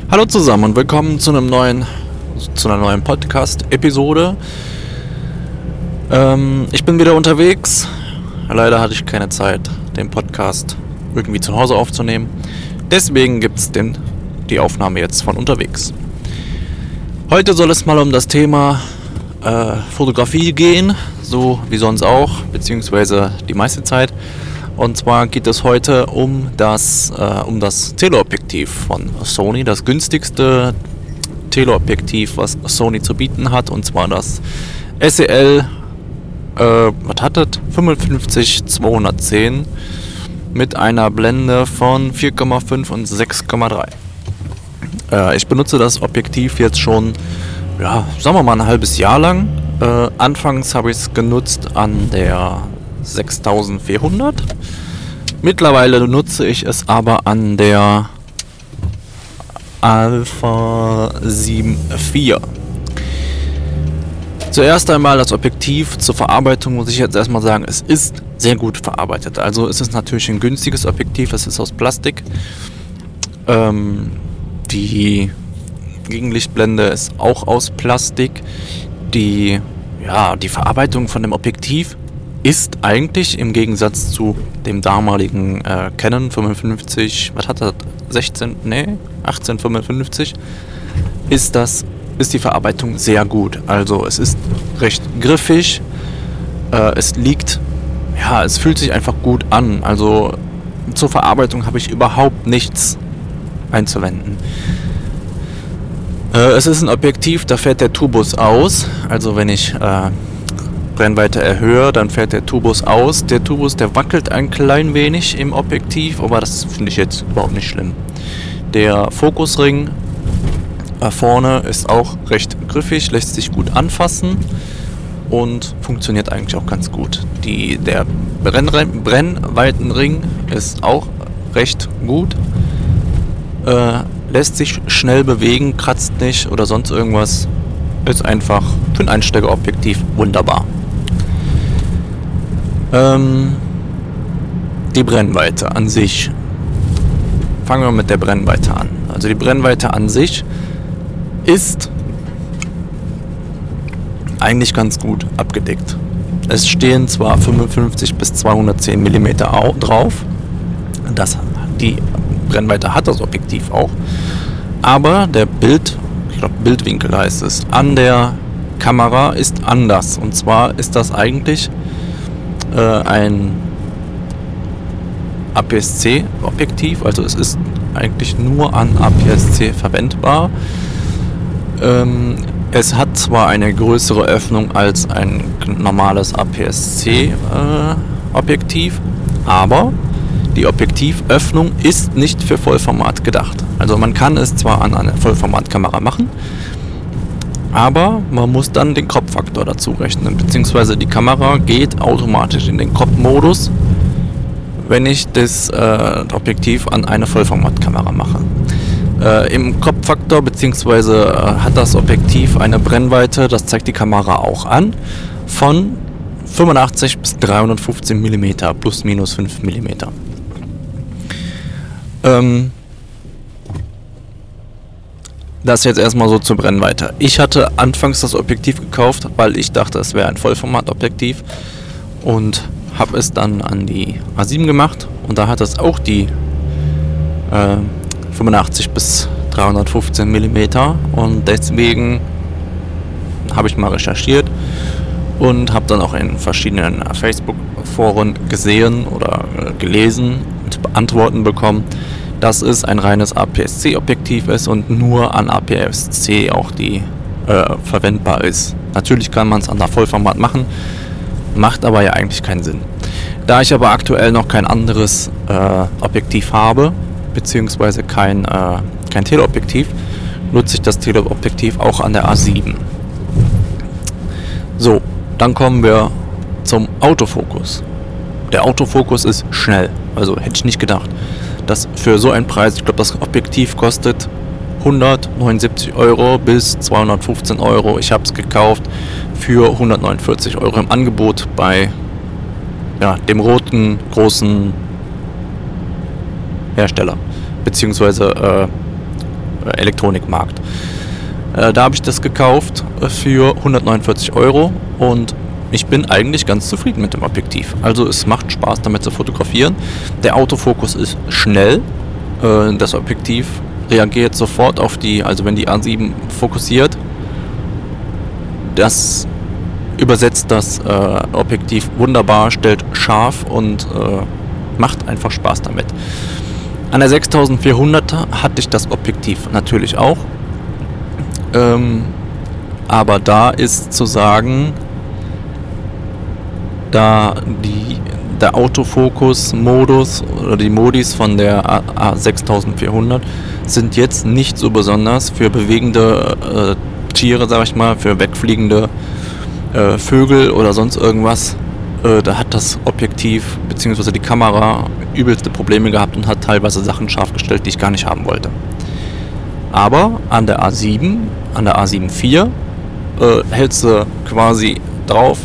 Hallo zusammen und willkommen zu einer neuen Podcast-Episode. Ich bin wieder unterwegs. Leider hatte ich keine Zeit, den Podcast irgendwie zu Hause aufzunehmen. Deswegen gibt es die Aufnahme jetzt von unterwegs. Heute soll es mal um das Thema Fotografie gehen, so wie sonst auch, beziehungsweise die meiste Zeit. Und zwar geht es heute um das Teleobjektiv von Sony, das günstigste Teleobjektiv, was Sony zu bieten hat, und zwar das SEL 55-210 mit einer Blende von 4,5 und 6,3. Ich benutze das Objektiv jetzt schon, sagen wir mal, ein halbes Jahr lang. Anfangs habe ich es genutzt an der 6400. Mittlerweile nutze ich es aber an der Alpha 7 IV. Zuerst einmal das Objektiv. Zur Verarbeitung muss ich jetzt erstmal sagen, es ist sehr gut verarbeitet. Also es ist natürlich ein günstiges Objektiv, es ist aus Plastik. Die Gegenlichtblende ist auch aus Plastik. Die Verarbeitung von dem Objektiv ist eigentlich im Gegensatz zu dem damaligen Canon 55, 1855, ist die Verarbeitung sehr gut. Also es ist recht griffig, es fühlt sich einfach gut an. Also zur Verarbeitung habe ich überhaupt nichts einzuwenden. Es ist ein Objektiv, da fährt der Tubus aus. Also wenn ich Brennweite erhöhe, dann fährt der Tubus aus. Der Tubus, der wackelt ein klein wenig im Objektiv, aber das finde ich jetzt überhaupt nicht schlimm. Der Fokusring vorne ist auch recht griffig, lässt sich gut anfassen und funktioniert eigentlich auch ganz gut. Der Brennweitenring ist auch recht gut, lässt sich schnell bewegen, kratzt nicht oder sonst irgendwas. Ist einfach für ein Einsteigerobjektiv wunderbar. Die Brennweite an sich. Fangen wir mit der Brennweite an. Also die Brennweite an sich ist eigentlich ganz gut abgedeckt. Es stehen zwar 55 bis 210 mm drauf. Die Brennweite hat das Objektiv auch. Aber der Bildwinkel heißt es, an der Kamera ist anders. Und zwar ist das eigentlich ein APS-C-Objektiv, also es ist eigentlich nur an APS-C verwendbar. Es hat zwar eine größere Öffnung als ein normales APS-C-Objektiv, aber die Objektivöffnung ist nicht für Vollformat gedacht. Also man kann es zwar an eine Vollformatkamera machen, aber man muss dann den Crop-Faktor dazu rechnen, beziehungsweise die Kamera geht automatisch in den Crop-Modus, wenn ich das Objektiv an eine Vollformatkamera mache. Im Crop-Faktor beziehungsweise hat das Objektiv eine Brennweite, das zeigt die Kamera auch an, von 85 bis 315 mm, plus minus 5 mm. Das jetzt erstmal so zur Brennweite. Ich hatte anfangs das Objektiv gekauft, weil ich dachte, es wäre ein Vollformat-Objektiv, und habe es dann an die A7 gemacht, und da hat es auch die 85 bis 315 mm, und deswegen habe ich mal recherchiert und habe dann auch in verschiedenen Facebook-Foren gesehen oder gelesen und Antworten bekommen, dass es ein reines APS-C-Objektiv ist und nur an APS-C auch die verwendbar ist. Natürlich kann man es an der Vollformat machen, macht aber ja eigentlich keinen Sinn. Da ich aber aktuell noch kein anderes Objektiv habe, beziehungsweise kein Teleobjektiv, nutze ich das Teleobjektiv auch an der A7. So, dann kommen wir zum Autofokus. Der Autofokus ist schnell, also hätte ich nicht gedacht, dass für so einen Preis, ich glaube, das Objektiv kostet 179 Euro bis 215 Euro. Ich habe es gekauft für 149 Euro im Angebot bei dem roten großen Hersteller, beziehungsweise Elektronikmarkt. Da habe ich das gekauft für 149 € und ich bin eigentlich ganz zufrieden mit dem Objektiv. Also es macht Spaß damit zu fotografieren. Der Autofokus ist schnell. Das Objektiv reagiert sofort auf also wenn die A7 fokussiert, das übersetzt das Objektiv wunderbar, stellt scharf und macht einfach Spaß damit. An der 6400er hatte ich das Objektiv natürlich auch. Aber da ist zu sagen, da der Autofokus-Modus oder die Modis von der A6400 sind jetzt nicht so besonders für bewegende Tiere, sag ich mal, für wegfliegende Vögel oder sonst irgendwas. Da hat das Objektiv bzw. die Kamera übelste Probleme gehabt und hat teilweise Sachen scharf gestellt, die ich gar nicht haben wollte. Aber an der A7, an der A7 IV hältst du quasi drauf,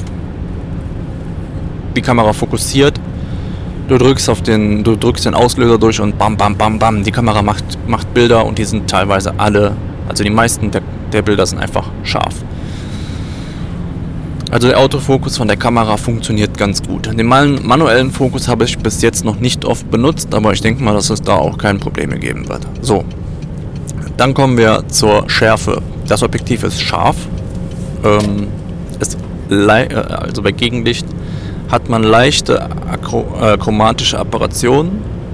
die Kamera fokussiert, du drückst den Auslöser durch und bam, bam, bam, bam, die Kamera macht Bilder und die sind teilweise alle, also die meisten der Bilder sind einfach scharf. Also der Autofokus von der Kamera funktioniert ganz gut. Den manuellen Fokus habe ich bis jetzt noch nicht oft benutzt, aber ich denke mal, dass es da auch keine Probleme geben wird. So, dann kommen wir zur Schärfe. Das Objektiv ist scharf, also bei Gegenlicht hat man leichte chromatische Aberrationen.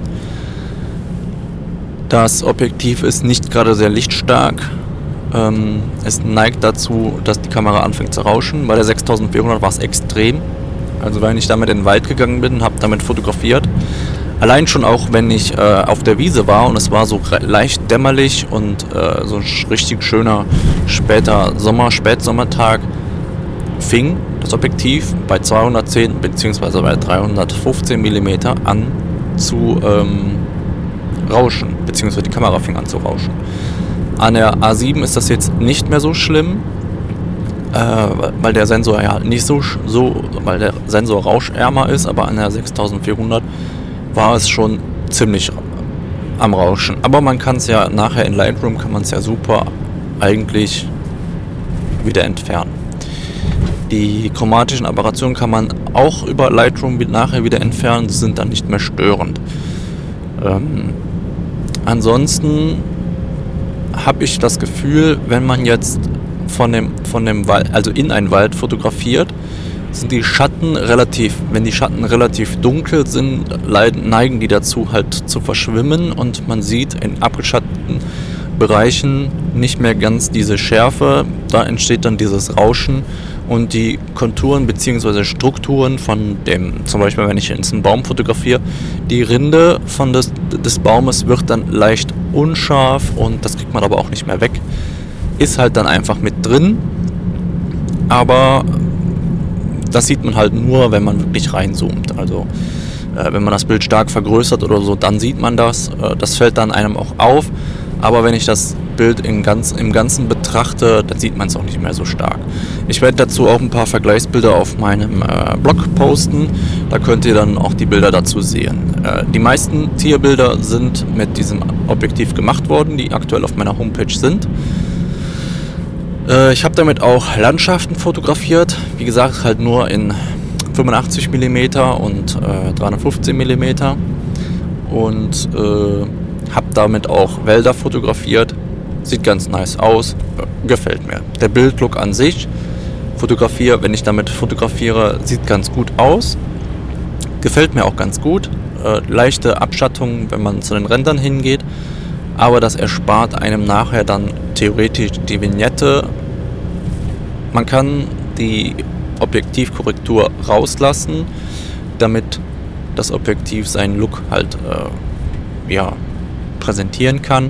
Das Objektiv ist nicht gerade sehr lichtstark. Es neigt dazu, dass die Kamera anfängt zu rauschen. Bei der 6400 war es extrem. Also wenn ich damit in den Wald gegangen bin, habe damit fotografiert. Allein schon auch, wenn ich auf der Wiese war und es war so leicht dämmerlich und so ein richtig schöner Spätsommertag, fing das Objektiv bei 210 bzw. bei 315 mm an zu rauschen, beziehungsweise die Kamera fing an zu rauschen. An der A7 ist das jetzt nicht mehr so schlimm, weil der Sensor ja nicht weil der Sensor rauschärmer ist, aber an der 6400 war es schon ziemlich am Rauschen. Aber man kann es ja nachher in Lightroom super eigentlich wieder entfernen. Die chromatischen Aberrationen kann man auch über Lightroom nachher wieder entfernen, sie sind dann nicht mehr störend. Ansonsten habe ich das Gefühl, wenn man jetzt von dem Wald, also in einen Wald fotografiert, sind die Schatten wenn die Schatten relativ dunkel sind, neigen die dazu halt zu verschwimmen und man sieht in abgeschatteten Bereichen nicht mehr ganz diese Schärfe, da entsteht dann dieses Rauschen und die Konturen bzw. Strukturen von dem, zum Beispiel wenn ich jetzt einen Baum fotografiere, die Rinde des Baumes wird dann leicht unscharf und das kriegt man aber auch nicht mehr weg. Ist halt dann einfach mit drin, aber das sieht man halt nur, wenn man wirklich reinzoomt. Also wenn man das Bild stark vergrößert oder so, dann sieht man das. Das fällt dann einem auch auf. Aber wenn ich das Bild im Ganzen betrachte, dann sieht man es auch nicht mehr so stark. Ich werde dazu auch ein paar Vergleichsbilder auf meinem Blog posten. Da könnt ihr dann auch die Bilder dazu sehen. Die meisten Tierbilder sind mit diesem Objektiv gemacht worden, die aktuell auf meiner Homepage sind. Ich habe damit auch Landschaften fotografiert. Wie gesagt, halt nur in 85 mm und 315 mm. Und habe damit auch Wälder fotografiert. Sieht ganz nice aus. Gefällt mir. Der Bildlook an sich, wenn ich damit fotografiere, sieht ganz gut aus. Gefällt mir auch ganz gut. Leichte Abschattung, wenn man zu den Rändern hingeht. Aber das erspart einem nachher dann theoretisch die Vignette. Man kann die Objektivkorrektur rauslassen, damit das Objektiv seinen Look halt präsentieren kann.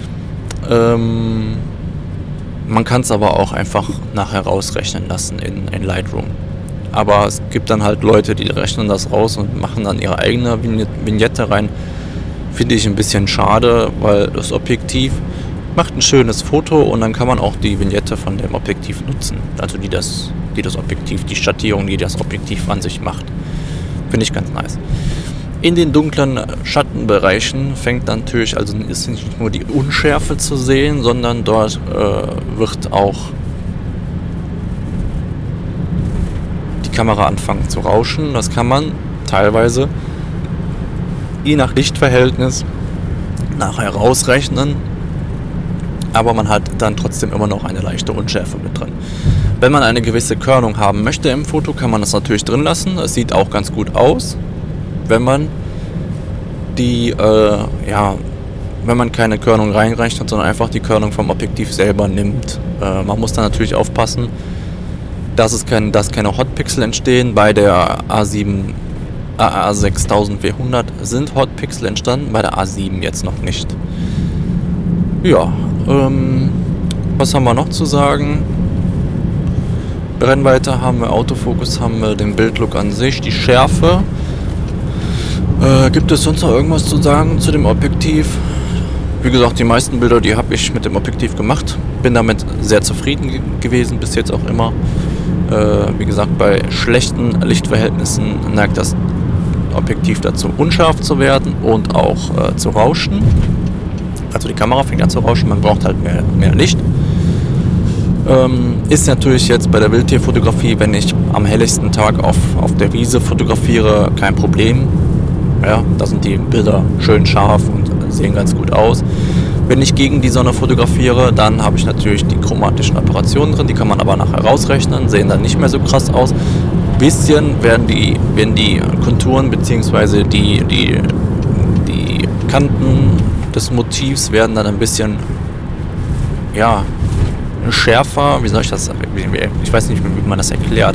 Man kann es aber auch einfach nachher rausrechnen lassen in Lightroom. Aber es gibt dann halt Leute, die rechnen das raus und machen dann ihre eigene Vignette rein. Finde ich ein bisschen schade, weil das Objektiv macht ein schönes Foto und dann kann man auch die Vignette von dem Objektiv nutzen. Also die Schattierung, die das Objektiv an sich macht. Finde ich ganz nice. In den dunklen Schattenbereichen fängt natürlich, also ist nicht nur die Unschärfe zu sehen, sondern dort wird auch die Kamera anfangen zu rauschen. Das kann man teilweise je nach Lichtverhältnis nachher rausrechnen, aber man hat dann trotzdem immer noch eine leichte Unschärfe mit drin. Wenn man eine gewisse Körnung haben möchte im Foto, kann man das natürlich drin lassen. Es sieht auch ganz gut aus, wenn man wenn man keine Körnung reinrechnet, sondern einfach die Körnung vom Objektiv selber nimmt. Man muss dann natürlich aufpassen, dass keine Hotpixel entstehen. Bei der A6400 sind Hotpixel entstanden, bei der A7 jetzt noch nicht. Ja, was haben wir noch zu sagen? Brennweite haben wir, Autofokus haben wir, den Bildlook an sich, die Schärfe. Gibt es sonst noch irgendwas zu sagen zu dem Objektiv? Wie gesagt, die meisten Bilder, die habe ich mit dem Objektiv gemacht. Bin damit sehr zufrieden gewesen, bis jetzt auch immer. Wie gesagt, bei schlechten Lichtverhältnissen neigt das Objektiv dazu, unscharf zu werden und auch zu rauschen. Also die Kamera fängt an zu rauschen, man braucht halt mehr Licht. Ist natürlich jetzt bei der Wildtierfotografie, wenn ich am helllichsten Tag auf der Wiese fotografiere, kein Problem. Ja, da sind die Bilder schön scharf und sehen ganz gut aus. Wenn ich gegen die Sonne fotografiere, dann habe ich natürlich die chromatischen Operationen drin, die kann man aber nachher rausrechnen, sehen dann nicht mehr so krass aus. Bisschen werden die Konturen bzw. die Kanten des Motivs werden dann ein bisschen schärfer. Wie soll ich das? Ich weiß nicht, wie man das erklärt.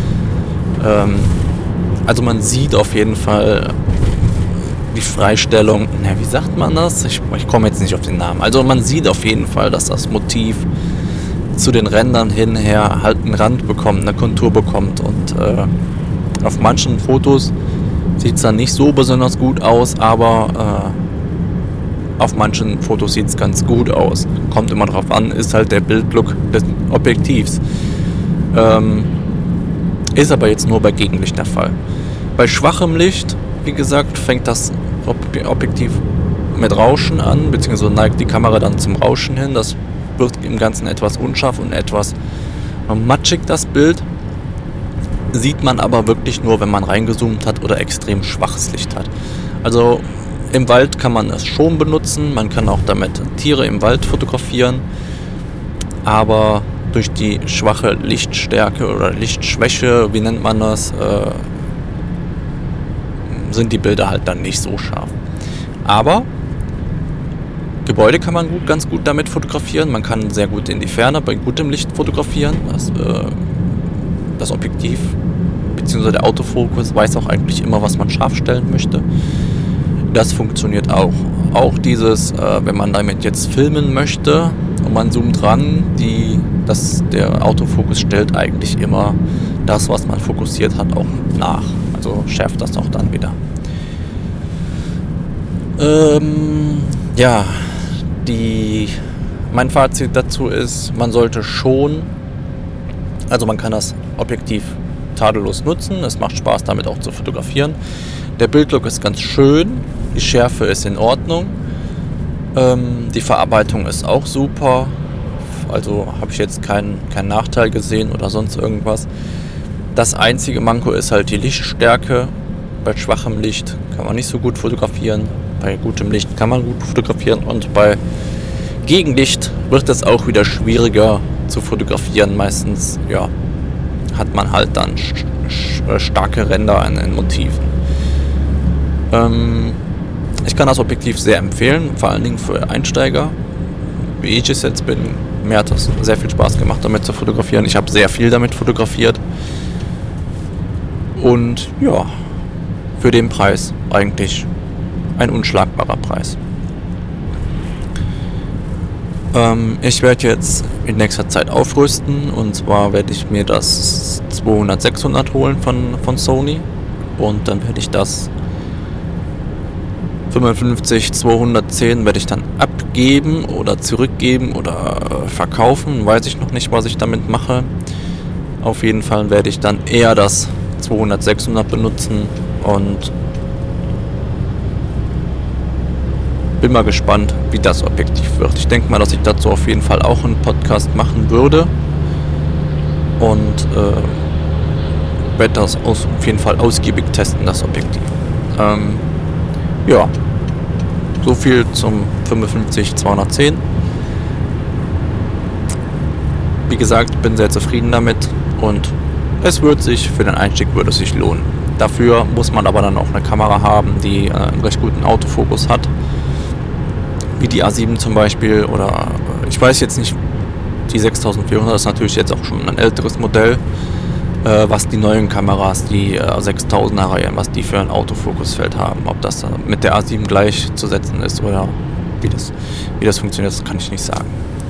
Also man sieht auf jeden Fall die Freistellung. Wie sagt man das? Ich komme jetzt nicht auf den Namen. Also man sieht auf jeden Fall, dass das Motiv zu den Rändern hinher halt einen Rand bekommt, eine Kontur bekommt. Und auf manchen Fotos sieht es dann nicht so besonders gut aus, aber auf manchen Fotos sieht es ganz gut aus. Kommt immer drauf an, ist halt der Bildlook des Objektivs. Ist aber jetzt nur bei Gegenlicht der Fall. Bei schwachem Licht, wie gesagt, fängt das Objektiv mit Rauschen an, beziehungsweise neigt die Kamera dann zum Rauschen hin. Das wird im Ganzen etwas unscharf und etwas matschig, das Bild. Sieht man aber wirklich nur, wenn man reingezoomt hat oder extrem schwaches Licht hat. Also im Wald kann man es schon benutzen, man kann auch damit Tiere im Wald fotografieren, aber durch die schwache Lichtstärke oder Lichtschwäche, wie nennt man das, sind die Bilder halt dann nicht so scharf. Aber Gebäude kann man ganz gut damit fotografieren, man kann sehr gut in die Ferne bei gutem Licht fotografieren. Das Objektiv bzw. der Autofokus weiß auch eigentlich immer, was man scharf stellen möchte. Das funktioniert auch. Auch dieses, wenn man damit jetzt filmen möchte und man zoomt ran, der Autofokus stellt eigentlich immer das, was man fokussiert hat, auch nach. Also schärft das auch dann wieder. Mein Fazit dazu ist, man sollte schon, also man kann das Objektiv tadellos nutzen, es macht Spaß damit auch zu fotografieren. Der Bildlook ist ganz schön, die Schärfe ist in Ordnung, die Verarbeitung ist auch super, also habe ich jetzt keinen Nachteil gesehen oder sonst irgendwas. Das einzige Manko ist halt die Lichtstärke. Bei schwachem Licht kann man nicht so gut fotografieren, bei gutem Licht kann man gut fotografieren und bei Gegenlicht wird es auch wieder schwieriger zu fotografieren. Meistens hat man halt dann starke Ränder in den Motiven. Ich kann das Objektiv sehr empfehlen, vor allen Dingen für Einsteiger, wie ich es jetzt bin. Mir hat das sehr viel Spaß gemacht, damit zu fotografieren. Ich habe sehr viel damit fotografiert. Und für den Preis eigentlich ein unschlagbarer Preis. Ich werde jetzt in nächster Zeit aufrüsten, und zwar werde ich mir das 200-600 holen von Sony, und dann werde ich das 55-210 werde ich dann abgeben oder zurückgeben oder verkaufen, weiß ich noch nicht, was ich damit mache. Auf jeden Fall werde ich dann eher das 200-600 benutzen und bin mal gespannt, wie das Objektiv wird. Ich denke mal, dass ich dazu auf jeden Fall auch einen Podcast machen würde. Und werde das auf jeden Fall ausgiebig testen, das Objektiv. Ja, so viel zum 55-210. Wie gesagt, bin sehr zufrieden damit und es wird sich, für den Einstieg würde es sich lohnen. Dafür muss man aber dann auch eine Kamera haben, die einen recht guten Autofokus hat, wie die A7 zum Beispiel, oder ich weiß jetzt nicht, die 6400 ist natürlich jetzt auch schon ein älteres Modell, was die neuen Kameras, die 6000er Reihe, was die für ein Autofokusfeld haben. Ob das mit der A7 gleichzusetzen ist oder wie das funktioniert, das kann ich nicht sagen.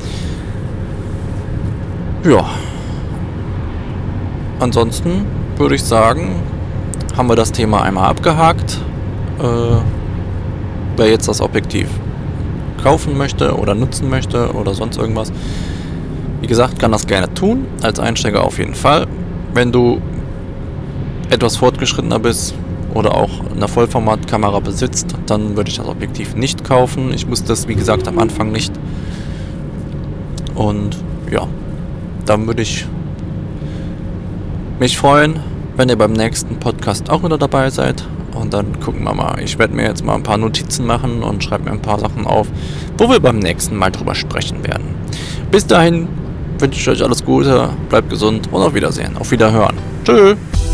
Ja. Ansonsten würde ich sagen, haben wir das Thema einmal abgehakt. Wer jetzt das Objektiv kaufen möchte oder nutzen möchte oder sonst irgendwas, wie gesagt, kann das gerne tun. Als Einsteiger auf jeden Fall. Wenn du etwas fortgeschrittener bist oder auch eine Vollformatkamera besitzt, dann würde ich das Objektiv nicht kaufen. Ich wusste das, wie gesagt, am Anfang nicht. Und ja, dann würde ich mich freuen, wenn ihr beim nächsten Podcast auch wieder dabei seid. Und dann gucken wir mal. Ich werde mir jetzt mal ein paar Notizen machen und schreibe mir ein paar Sachen auf, wo wir beim nächsten Mal drüber sprechen werden. Bis dahin wünsche ich euch alles Gute, bleibt gesund und auf Wiedersehen. Auf Wiederhören. Tschüss.